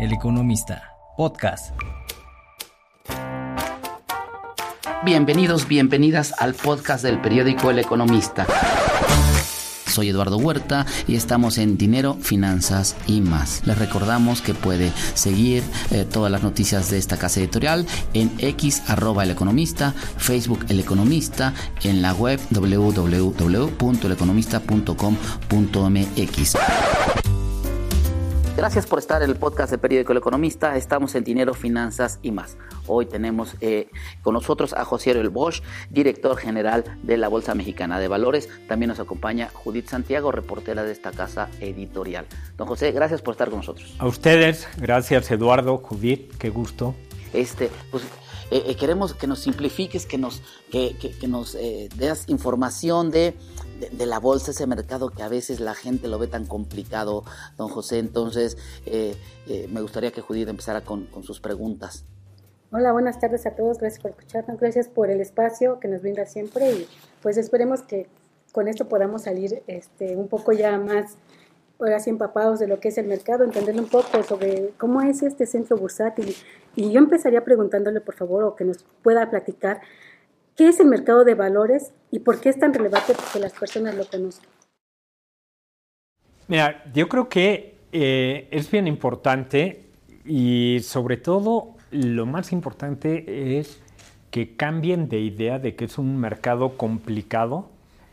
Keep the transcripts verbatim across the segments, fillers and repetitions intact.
El Economista, podcast. Bienvenidos, bienvenidas al podcast del periódico El Economista. Soy Eduardo Huerta y estamos en Dinero, Finanzas y más. Les recordamos que puede seguir eh, todas las noticias de esta casa editorial en X, arroba El Economista, Facebook El Economista, en la web doble u doble u doble u punto el economista punto com punto m x. Gracias por estar en el podcast del periódico El Economista. Estamos en Dinero, Finanzas y más. Hoy tenemos eh, con nosotros a José Ariel Bosch, director general de la Bolsa Mexicana de Valores. También nos acompaña Judith Santiago, reportera de esta casa editorial. Don José, gracias por estar con nosotros. A ustedes, gracias Eduardo, Judith, qué gusto. Este, pues eh, eh, queremos que nos simplifiques, que nos, que, que, que nos eh, des información de, de, de la bolsa, ese mercado que a veces la gente lo ve tan complicado, don José. Entonces, eh, eh, me gustaría que Judith empezara con, con sus preguntas. Hola, buenas tardes a todos, gracias por escucharnos, gracias por el espacio que nos brinda siempre y pues esperemos que con esto podamos salir este, un poco ya más, ahora sí empapados de lo que es el mercado, entendiendo un poco sobre cómo es este centro bursátil. Y yo empezaría preguntándole, por favor, o que nos pueda platicar, ¿qué es el mercado de valores y por qué es tan relevante que las personas lo conozcan? Mira, yo creo que eh, es bien importante y sobre todo lo más importante es que cambien de idea de que es un mercado complicado.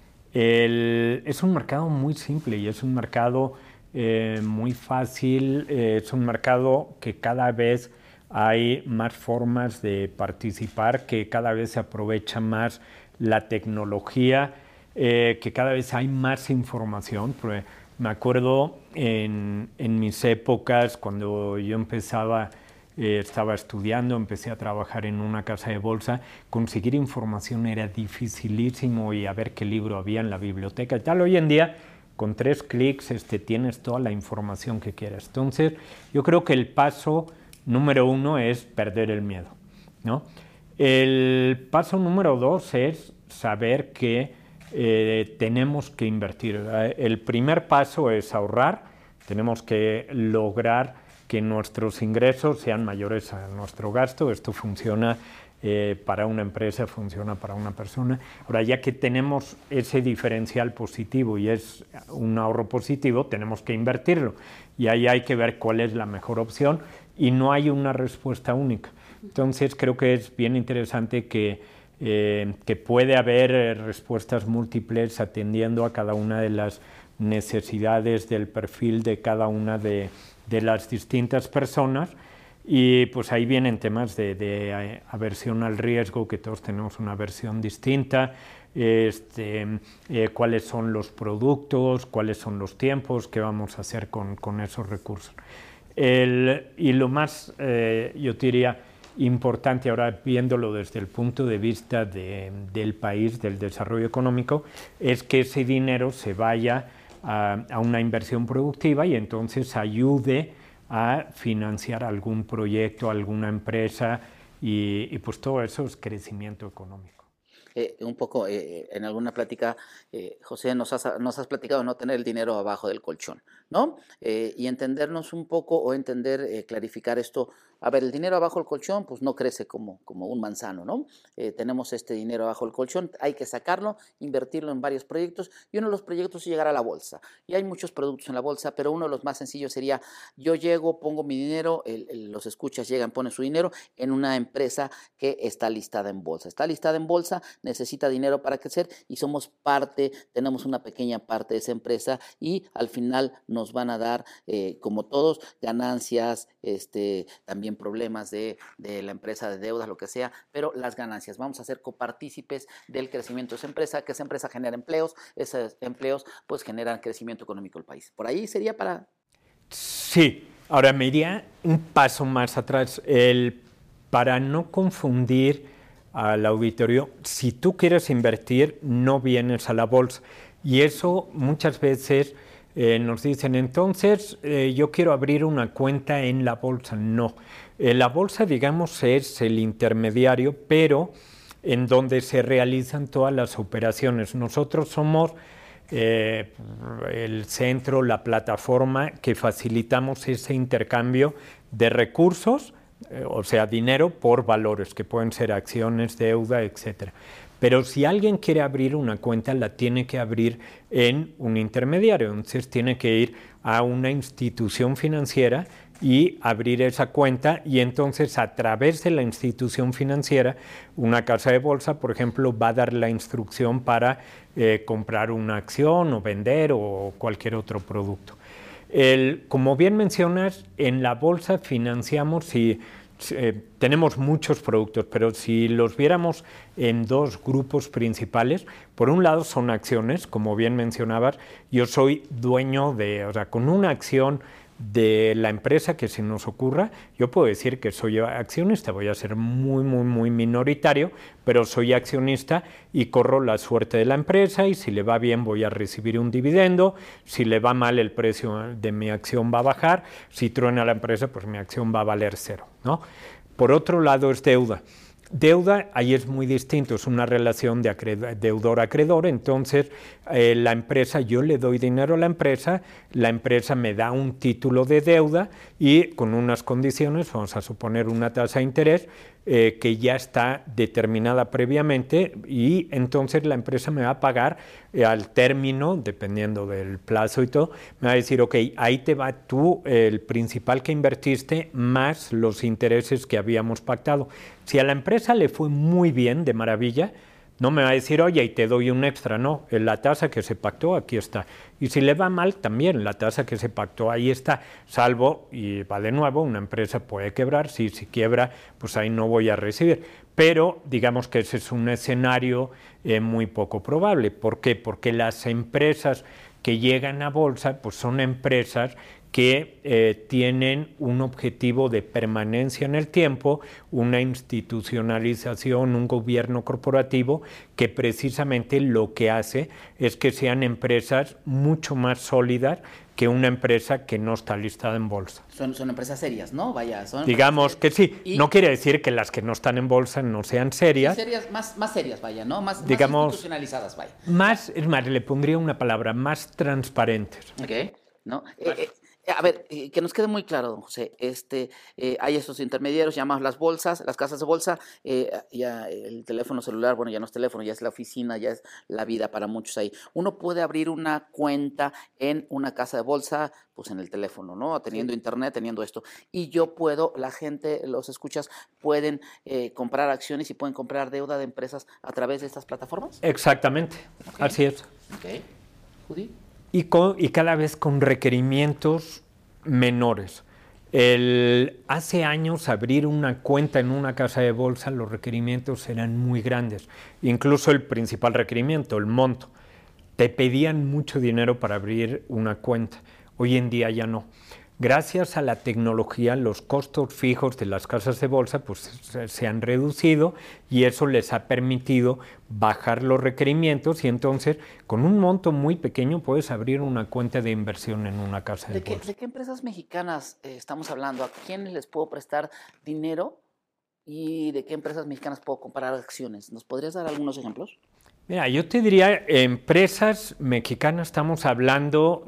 El, es un mercado muy simple y es un mercado eh, muy fácil, eh, es un mercado que cada vez hay más formas de participar, que cada vez se aprovecha más la tecnología, eh, que cada vez hay más información. Me acuerdo en, en mis épocas, cuando yo empezaba, eh, estaba estudiando, empecé a trabajar en una casa de bolsa, conseguir información era dificilísimo y a ver qué libro había en la biblioteca y tal. Hoy en día, con tres clics este, tienes toda la información que quieras. Entonces, yo creo que el paso número uno es perder el miedo, ¿no? El paso número dos es saber que eh, tenemos que invertir. El primer paso es ahorrar. Tenemos que lograr que nuestros ingresos sean mayores a nuestro gasto. Esto funciona eh, para una empresa, funciona para una persona. Ahora, ya que tenemos ese diferencial positivo y es un ahorro positivo, tenemos que invertirlo. Y ahí hay que ver cuál es la mejor opción y no hay una respuesta única. Entonces, creo que es bien interesante que, eh, que puede haber eh, respuestas múltiples atendiendo a cada una de las necesidades del perfil de cada una de, de las distintas personas. Y pues ahí vienen temas de, de aversión al riesgo, que todos tenemos una aversión distinta, este, eh, cuáles son los productos, cuáles son los tiempos, qué vamos a hacer con, con esos recursos. El, y lo más, eh, yo diría, importante ahora, viéndolo desde el punto de vista de, del país, del desarrollo económico, es que ese dinero se vaya a, a una inversión productiva y entonces ayude a financiar algún proyecto, alguna empresa y, y pues todo eso es crecimiento económico. Eh, un poco, eh, en alguna plática, eh, José, nos has, nos has platicado no tener el dinero abajo del colchón, ¿no? Eh, y entendernos un poco o entender, eh, clarificar esto. A ver, el dinero abajo del colchón, pues no crece como, como un manzano, ¿no? Eh, tenemos este dinero abajo del colchón, hay que sacarlo, invertirlo en varios proyectos y uno de los proyectos es llegar a la bolsa. Y hay muchos productos en la bolsa, pero uno de los más sencillos sería, yo llego, pongo mi dinero, el, el, los escuchas llegan, ponen su dinero en una empresa que está listada en bolsa. Está listada en bolsa, necesita dinero para crecer y somos parte, tenemos una pequeña parte de esa empresa y al final nos van a dar, eh, como todos, ganancias, este, también problemas de, de la empresa, de deudas, lo que sea, pero las ganancias. Vamos a ser copartícipes del crecimiento de esa empresa, que esa empresa genera empleos, esos empleos pues generan crecimiento económico del país. ¿Por ahí sería para...? Sí, ahora me iría un paso más atrás, el, para no confundir al auditorio, si tú quieres invertir, no vienes a la bolsa. Y eso muchas veces eh, nos dicen, entonces eh, yo quiero abrir una cuenta en la bolsa. No, eh, la bolsa, digamos, es el intermediario, pero en donde se realizan todas las operaciones. Nosotros somos eh, el centro, la plataforma que facilitamos ese intercambio de recursos, eh, o sea, dinero por valores, que pueden ser acciones, deuda, etcétera. Pero si alguien quiere abrir una cuenta, la tiene que abrir en un intermediario, entonces tiene que ir a una institución financiera y abrir esa cuenta, y entonces a través de la institución financiera, una casa de bolsa, por ejemplo, va a dar la instrucción para eh, comprar una acción o vender o cualquier otro producto. El, como bien mencionas, en la bolsa financiamos si Eh, tenemos muchos productos, pero si los viéramos en dos grupos principales, por un lado son acciones, como bien mencionabas, yo soy dueño de, o sea, con una acción de la empresa que se nos ocurra, yo puedo decir que soy accionista, voy a ser muy, muy, muy minoritario, pero soy accionista y corro la suerte de la empresa, y si le va bien voy a recibir un dividendo, si le va mal el precio de mi acción va a bajar, si truena la empresa pues mi acción va a valer cero, ¿no? Por otro lado es deuda. Deuda, ahí es muy distinto, es una relación de deudor-acreedor, entonces eh, la empresa, yo le doy dinero a la empresa, la empresa me da un título de deuda y con unas condiciones, vamos a suponer una tasa de interés, eh, que ya está determinada previamente, y entonces la empresa me va a pagar eh, al término, dependiendo del plazo y todo, me va a decir, ok, ahí te va tú eh, el principal que invertiste más los intereses que habíamos pactado. Si a la empresa le fue muy bien, de maravilla, no me va a decir, oye, y te doy un extra, no, la tasa que se pactó, aquí está. Y si le va mal, también la tasa que se pactó, ahí está, salvo, y va de nuevo, una empresa puede quebrar, si, si quiebra, pues ahí no voy a recibir. Pero digamos que ese es un escenario eh, muy poco probable. ¿Por qué? Porque las empresas que llegan a bolsa, pues son empresas que eh, tienen un objetivo de permanencia en el tiempo, una institucionalización, un gobierno corporativo que precisamente lo que hace es que sean empresas mucho más sólidas que una empresa que no está listada en bolsa. Son, son empresas serias, ¿no? Vaya, son Digamos que sí, y no quiere decir que las que no están en bolsa no sean serias. serias más, más serias, vaya, ¿no? Más, digamos, más institucionalizadas, vaya. Más, es más, le pondría una palabra, más transparentes. Ok, ¿no? Eh, eh, A ver, eh, que nos quede muy claro, don José, este, eh, hay estos intermediarios llamados las bolsas, las casas de bolsa, eh, ya el teléfono celular, bueno, ya no es teléfono, ya es la oficina, ya es la vida para muchos ahí. Uno puede abrir una cuenta en una casa de bolsa, pues en el teléfono, ¿no? Teniendo sí. internet, teniendo esto. Y yo puedo, la gente, los escuchas, pueden eh, comprar acciones y pueden comprar deuda de empresas a través de estas plataformas. Exactamente, okay. Así es. Ok. ¿Judy? Y, con, y cada vez con requerimientos menores. El, hace años abrir una cuenta en una casa de bolsa, los requerimientos eran muy grandes. Incluso el principal requerimiento, el monto. Te pedían mucho dinero para abrir una cuenta. Hoy en día ya no. Gracias a la tecnología, los costos fijos de las casas de bolsa pues, se, se han reducido, y eso les ha permitido bajar los requerimientos, y entonces con un monto muy pequeño puedes abrir una cuenta de inversión en una casa de, ¿De bolsa. Qué, ¿De qué empresas mexicanas eh, estamos hablando? ¿A quiénes les puedo prestar dinero? ¿Y de qué empresas mexicanas puedo comprar acciones? ¿Nos podrías dar algunos ejemplos? Mira, yo te diría, empresas mexicanas, estamos hablando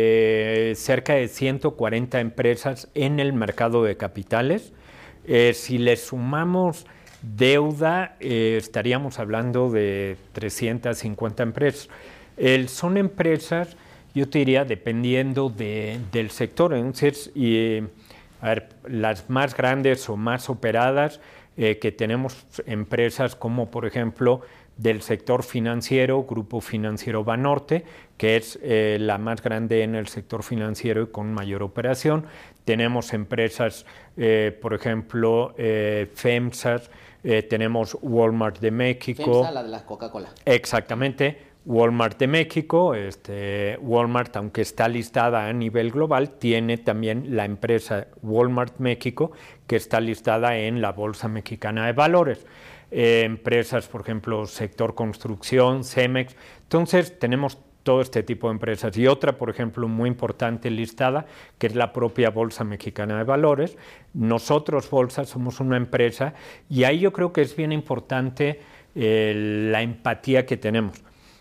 de cerca de ciento cuarenta empresas en el mercado de capitales. Eh, si le sumamos deuda, eh, estaríamos hablando de trescientas cincuenta empresas. Eh, son empresas, yo te diría, dependiendo de, del sector. Entonces, y, a ver, las más grandes o más operadas, eh, que tenemos empresas como, por ejemplo, del sector financiero, Grupo Financiero Banorte, que es eh, la más grande en el sector financiero y con mayor operación. Tenemos empresas, eh, por ejemplo, eh, FEMSA, eh, tenemos Walmart de México. FEMSA, la de la Coca-Cola. Exactamente, Walmart de México. Este, Walmart, aunque está listada a nivel global, tiene también la empresa Walmart México, que está listada en la Bolsa Mexicana de Valores. Eh, empresas, por ejemplo, sector construcción, Cemex. Entonces, tenemos todo este tipo de empresas. Y otra, por ejemplo, muy importante listada, que es la propia Bolsa Mexicana de Valores. Nosotros, Bolsa, somos una empresa, y ahí yo creo que es bien importante eh, la empatía que tenemos.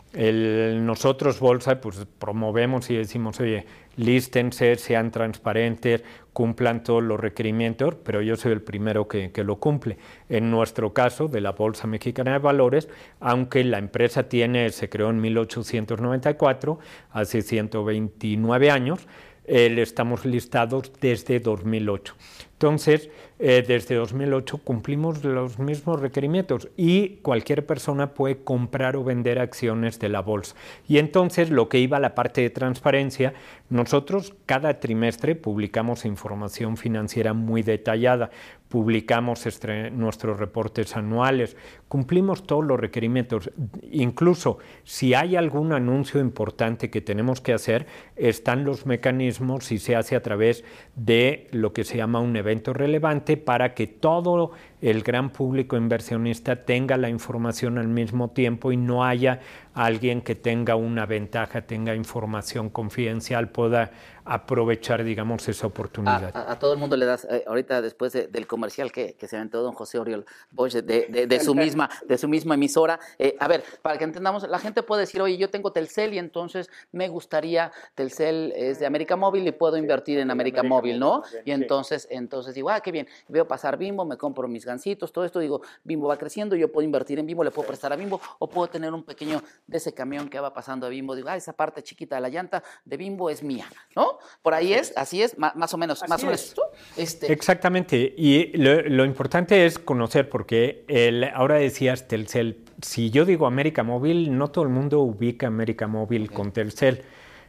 El, nosotros, Bolsa, pues promovemos y decimos, oye, lístense, sean transparentes, cumplan todos los requerimientos, pero yo soy el primero que, que lo cumple. En nuestro caso, de la Bolsa Mexicana de Valores, aunque la empresa tiene, se creó en mil ochocientos noventa y cuatro, hace ciento veintinueve años, eh, estamos listados desde dos mil ocho. Entonces, eh, desde dos mil ocho cumplimos los mismos requerimientos y cualquier persona puede comprar o vender acciones de la bolsa. Y entonces, lo que iba a la parte de transparencia, nosotros cada trimestre publicamos información financiera muy detallada, publicamos este, nuestros reportes anuales, cumplimos todos los requerimientos. Incluso si hay algún anuncio importante que tenemos que hacer, están los mecanismos y se hace a través de lo que se llama un evento relevante para que todo el gran público inversionista tenga la información al mismo tiempo y no haya alguien que tenga una ventaja, tenga información confidencial, pueda aprovechar, digamos, esa oportunidad. A, a, a todo el mundo le das, eh, ahorita después de, del comercial que, que se aventó don José Oriol Bosch de, de, de, su misma, de su misma emisora, eh, a ver, para que entendamos, la gente puede decir, oye, yo tengo Telcel y entonces me gustaría, Telcel es de América Móvil y puedo invertir en América, América Móvil, ¿no? Y entonces, entonces digo, ah, qué bien, veo pasar Bimbo, me compro mis gancitos, todo esto, digo, Bimbo va creciendo, yo puedo invertir en Bimbo, le puedo prestar a Bimbo, o puedo tener un pequeño de ese camión que va pasando a Bimbo, digo, ah, esa parte chiquita de la llanta de Bimbo es mía, ¿no? Por ahí es, así es, más, más o menos, así más o menos. Este... Exactamente, y lo, lo importante es conocer, porque el, ahora decías Telcel, si yo digo América Móvil, no todo el mundo ubica América Móvil okay. con Telcel.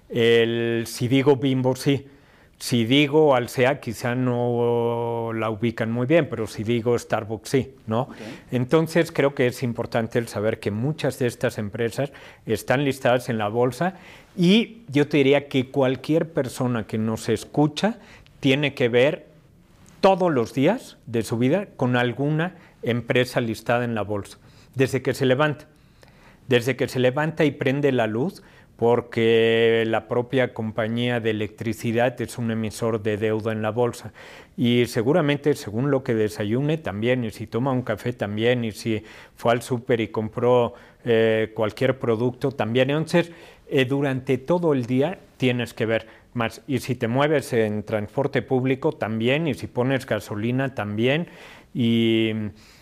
El, si digo Bimbo, sí. Si digo Alsea, quizá no la ubican muy bien, pero si digo Starbucks, sí, ¿no? Okay. Entonces, creo que es importante el saber que muchas de estas empresas están listadas en la bolsa y yo te diría que cualquier persona que nos escucha tiene que ver todos los días de su vida con alguna empresa listada en la bolsa, desde que se levanta. Desde que se levanta y prende la luz, porque la propia compañía de electricidad es un emisor de deuda en la bolsa y seguramente según lo que desayune también, y si toma un café también, y si fue al súper y compró eh, cualquier producto también. Entonces, eh, durante todo el día tienes que ver más, y si te mueves en transporte público también, y si pones gasolina también, y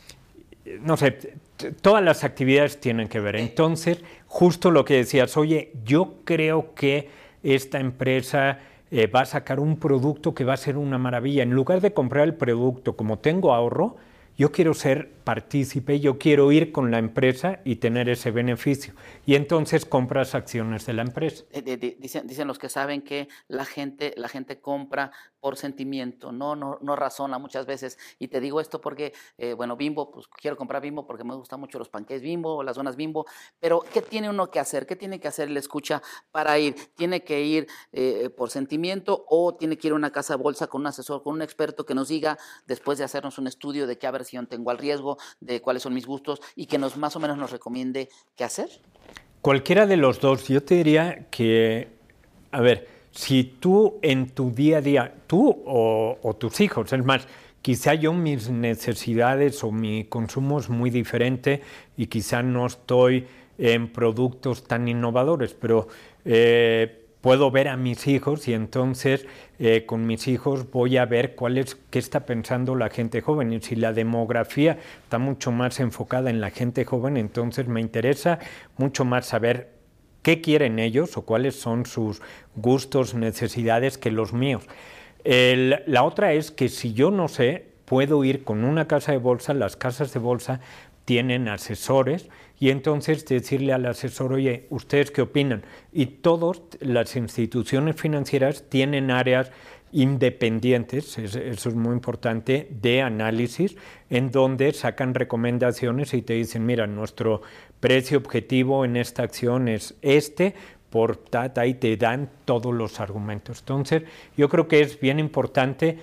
no sé, todas las actividades tienen que ver. Entonces, justo lo que decías, oye, yo creo que esta empresa eh, va a sacar un producto que va a ser una maravilla. En lugar de comprar el producto, como tengo ahorro, yo quiero ser partícipe, yo quiero ir con la empresa y tener ese beneficio. Y entonces compras acciones de la empresa. Dicen, dicen los que saben que la gente, la gente compra por sentimiento, no, no, no razona muchas veces. Y te digo esto porque, eh, bueno, Bimbo, pues quiero comprar Bimbo porque me gustan mucho los panqués Bimbo, las donas Bimbo, pero ¿qué tiene uno que hacer? ¿Qué tiene que hacer el escucha para ir? ¿Tiene que ir eh, por sentimiento o tiene que ir a una casa de bolsa con un asesor, con un experto que nos diga, después de hacernos un estudio de qué aversión tengo al riesgo, de cuáles son mis gustos y que nos más o menos nos recomiende qué hacer? Cualquiera de los dos. Yo te diría que, a ver, si tú en tu día a día, tú o, o tus hijos, es más, quizá yo mis necesidades o mi consumo es muy diferente y quizá no estoy en productos tan innovadores, pero eh, puedo ver a mis hijos y entonces eh, con mis hijos voy a ver cuál es, qué está pensando la gente joven, y si la demografía está mucho más enfocada en la gente joven, entonces me interesa mucho más saber qué quieren ellos o cuáles son sus gustos, necesidades que los míos. El, la otra es que si yo no sé, puedo ir con una casa de bolsa. Las casas de bolsa tienen asesores y entonces decirle al asesor, oye, ¿ustedes qué opinan? Y todas las instituciones financieras tienen áreas independientes, eso es muy importante, de análisis, en donde sacan recomendaciones y te dicen, mira, nuestro precio objetivo en esta acción es este, por tata, y te dan todos los argumentos. Entonces, yo creo que es bien importante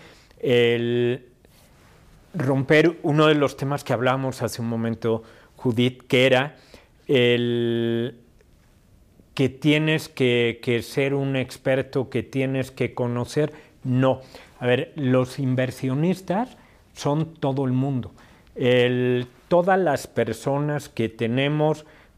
el romper uno de los temas que hablábamos hace un momento, Judith, que era el que tienes que, que ser un experto, que tienes que conocer. No. A ver, los inversionistas son todo el mundo. El, todas las personas que tenemos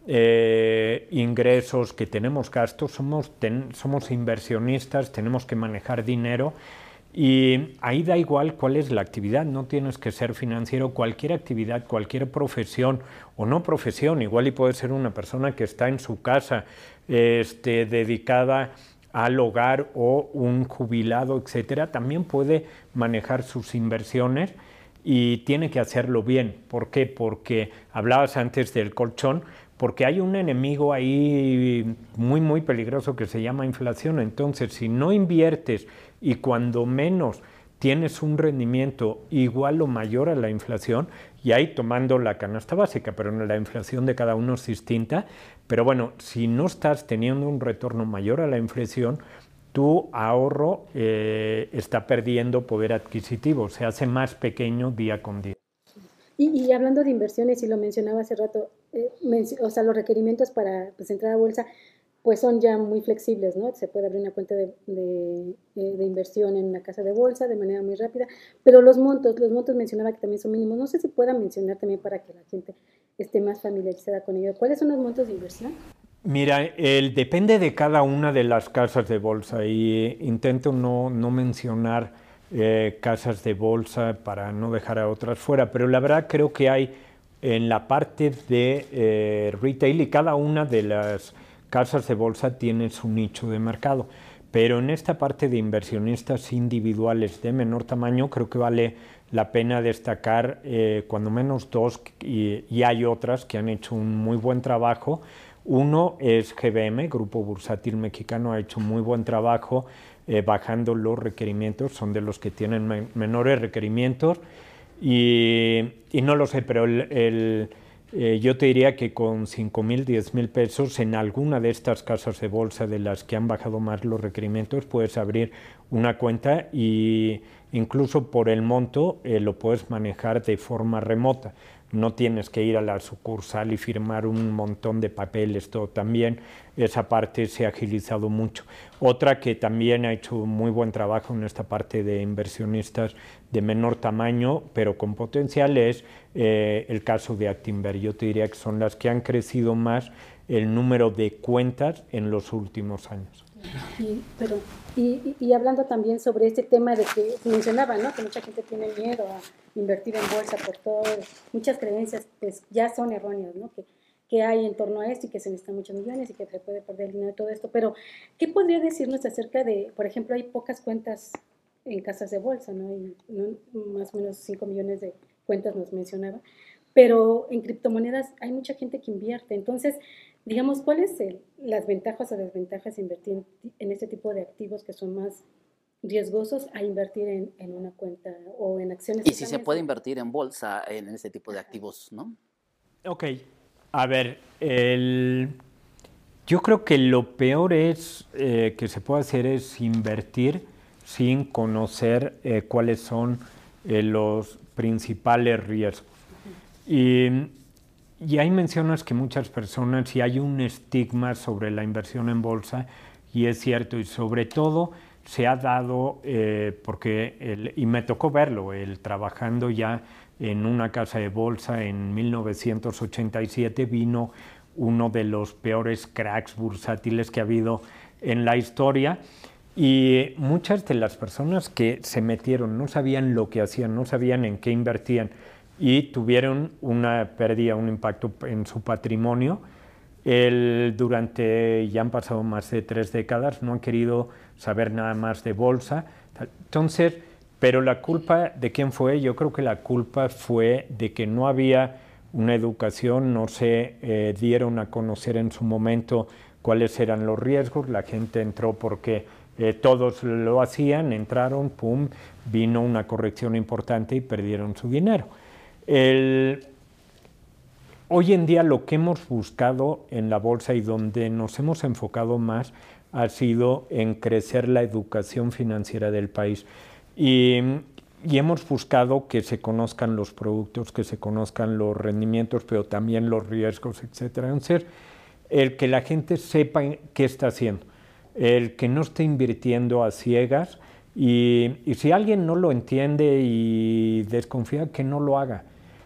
eh, ingresos, que tenemos gastos, somos, ten, somos inversionistas, tenemos que manejar dinero. Y ahí da igual cuál es la actividad, no tienes que ser financiero, cualquier actividad, cualquier profesión o no profesión, igual y puede ser una persona que está en su casa este, dedicada al hogar o un jubilado, etcétera, también puede manejar sus inversiones y tiene que hacerlo bien. ¿Por qué? Porque hablabas antes del colchón, porque hay un enemigo ahí muy, muy peligroso que se llama inflación. Entonces, si no inviertes y cuando menos tienes un rendimiento igual o mayor a la inflación, y ahí tomando la canasta básica, pero la inflación de cada uno es distinta, pero bueno, si no estás teniendo un retorno mayor a la inflación, tu ahorro eh, está perdiendo poder adquisitivo, se hace más pequeño día con día. Y, y hablando de inversiones, y lo mencionaba hace rato, eh, menc- o sea, los requerimientos para pues, entrar a bolsa, pues son ya muy flexibles, ¿no? Se puede abrir una cuenta de, de, de inversión en una casa de bolsa de manera muy rápida, pero los montos, los montos mencionaba que también son mínimos. No sé si pueda mencionar también para que la gente esté más familiarizada con ello. ¿Cuáles son los montos de inversión? Mira, el, depende de cada una de las casas de bolsa y intento no, no mencionar eh, casas de bolsa para no dejar a otras fuera, pero la verdad creo que hay en la parte de eh, retail y cada una de las casas de bolsa tiene su nicho de mercado, pero en esta parte de inversionistas individuales de menor tamaño creo que vale la pena destacar eh, cuando menos dos y, y hay otras que han hecho un muy buen trabajo. Uno es G B M, Grupo Bursátil Mexicano, ha hecho muy buen trabajo eh, bajando los requerimientos, son de los que tienen men menores requerimientos y, y no lo sé, pero el, el, eh, yo te diría que con cinco mil, diez mil pesos en alguna de estas casas de bolsa de las que han bajado más los requerimientos puedes abrir una cuenta y incluso por el monto eh, lo puedes manejar de forma remota. No tienes que ir a la sucursal y firmar un montón de papeles, todo también, esa parte se ha agilizado mucho. Otra que también ha hecho muy buen trabajo en esta parte de inversionistas de menor tamaño, pero con potencial, es eh, el caso de Actinver. Yo te diría que son las que han crecido más el número de cuentas en los últimos años. Y, pero, y, y, y hablando también sobre este tema de que se mencionaba, ¿no? Que mucha gente tiene miedo a invertir en bolsa por todo, muchas creencias pues ya son erróneas, ¿no? Que, que hay en torno a esto y que se necesitan muchos millones y que se puede perder el dinero y todo esto, pero ¿qué podría decirnos acerca de, por ejemplo, hay pocas cuentas en casas de bolsa, ¿no? Y, ¿no? Más o menos cinco millones de cuentas nos mencionaba, pero en criptomonedas hay mucha gente que invierte, entonces digamos, ¿cuáles son las ventajas o desventajas de invertir en, en este tipo de activos que son más riesgosos a invertir en, en una cuenta o en acciones? Y si se puede invertir en bolsa en este tipo de activos, ¿no? Ok, a ver, el, yo creo que lo peor es eh, que se puede hacer es invertir sin conocer eh, cuáles son eh, los principales riesgos. Y Y ahí mencionas que muchas personas, y hay un estigma sobre la inversión en bolsa, y es cierto, y sobre todo se ha dado, eh, porque, el, y me tocó verlo, el trabajando ya en una casa de bolsa en mil novecientos ochenta y siete, vino uno de los peores cracks bursátiles que ha habido en la historia, y muchas de las personas que se metieron no sabían lo que hacían, no sabían en qué invertían, y tuvieron una pérdida, un impacto en su patrimonio. El, durante, ya han pasado más de tres décadas, no han querido saber nada más de bolsa. Entonces, pero la culpa de quién fue, yo creo que la culpa fue de que no había una educación, no se eh, dieron a conocer en su momento cuáles eran los riesgos, la gente entró porque eh, todos lo hacían, entraron, pum, vino una corrección importante y perdieron su dinero. El, hoy en día lo que hemos buscado en la bolsa y donde nos hemos enfocado más ha sido en crecer la educación financiera del país y, y hemos buscado que se conozcan los productos, que se conozcan los rendimientos, pero también los riesgos, etcétera. Entonces, el que la gente sepa qué está haciendo, el que no esté invirtiendo a ciegas y, y si alguien no lo entiende y desconfía, que no lo haga.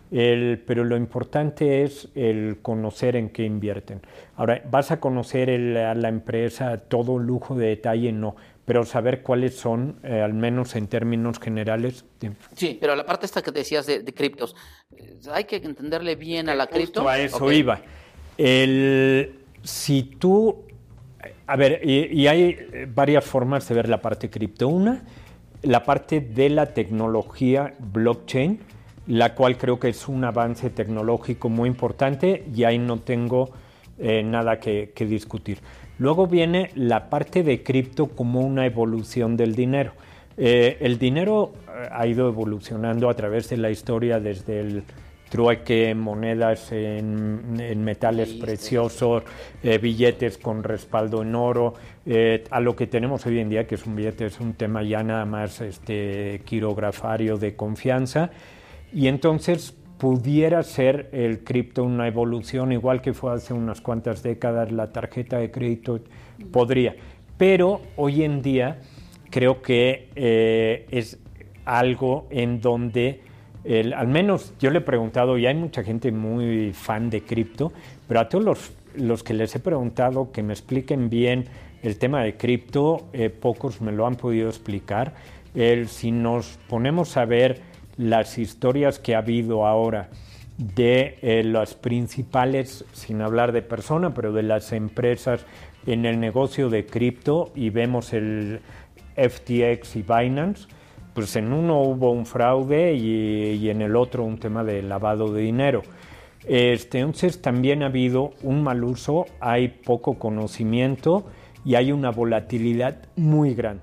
El, pero lo importante es el conocer en qué invierten. Ahora, ¿vas a conocer el, a la empresa todo lujo de detalle? No, pero saber cuáles son, eh, al menos en términos generales. Sí, pero la parte esta que decías de, de criptos, eh, hay que entenderle bien a la cripto. A eso okay. iba. El, si tú... A ver, y, y hay varias formas de ver la parte cripto. Una, la parte de la tecnología blockchain, la cual creo que es un avance tecnológico muy importante y ahí no tengo eh, nada que, que discutir. Luego viene la parte de cripto como una evolución del dinero. Eh, el dinero ha ido evolucionando a través de la historia desde el trueque, monedas en, en metales sí, preciosos, eh, billetes con respaldo en oro, eh, a lo que tenemos hoy en día, que es un billete, es un tema ya nada más este, quirografario de confianza. Y entonces pudiera ser el cripto una evolución, igual que fue hace unas cuantas décadas la tarjeta de crédito, podría. Pero hoy en día creo que eh, es algo en donde, el, al menos yo le he preguntado, y hay mucha gente muy fan de cripto, pero a todos los, los que les he preguntado que me expliquen bien el tema de cripto, eh, pocos me lo han podido explicar. El, si nos ponemos a ver las historias que ha habido ahora de eh, las principales, sin hablar de persona, pero de las empresas en el negocio de cripto, y vemos el F T X y Binance, pues en uno hubo un fraude y, y en el otro un tema de lavado de dinero. Este, entonces también ha habido un mal uso, hay poco conocimiento y hay una volatilidad muy grande.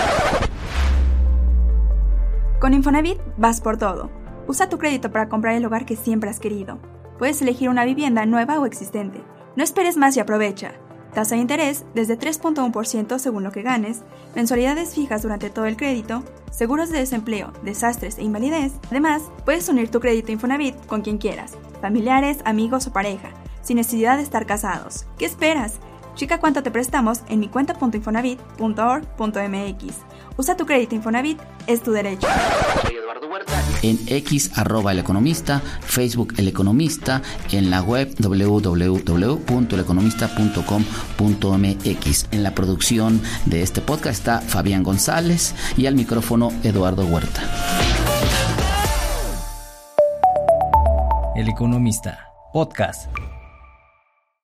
Con Infonavit vas por todo. Usa tu crédito para comprar el hogar que siempre has querido. Puedes elegir una vivienda nueva o existente. No esperes más y aprovecha. Tasa de interés desde tres punto uno por ciento según lo que ganes, mensualidades fijas durante todo el crédito, seguros de desempleo, desastres e invalidez. Además, puedes unir tu crédito Infonavit con quien quieras, familiares, amigos o pareja, sin necesidad de estar casados. ¿Qué esperas? Checa cuánto te prestamos en mi cuenta punto infonavit punto org punto m x. Usa tu crédito Infonavit, es tu derecho. Soy Eduardo Huerta. En X, arroba El Economista, Facebook El Economista, en la web doble u doble u doble u punto el economista punto com punto m x. En la producción de este podcast está Fabián González y al micrófono Eduardo Huerta. El Economista, podcast.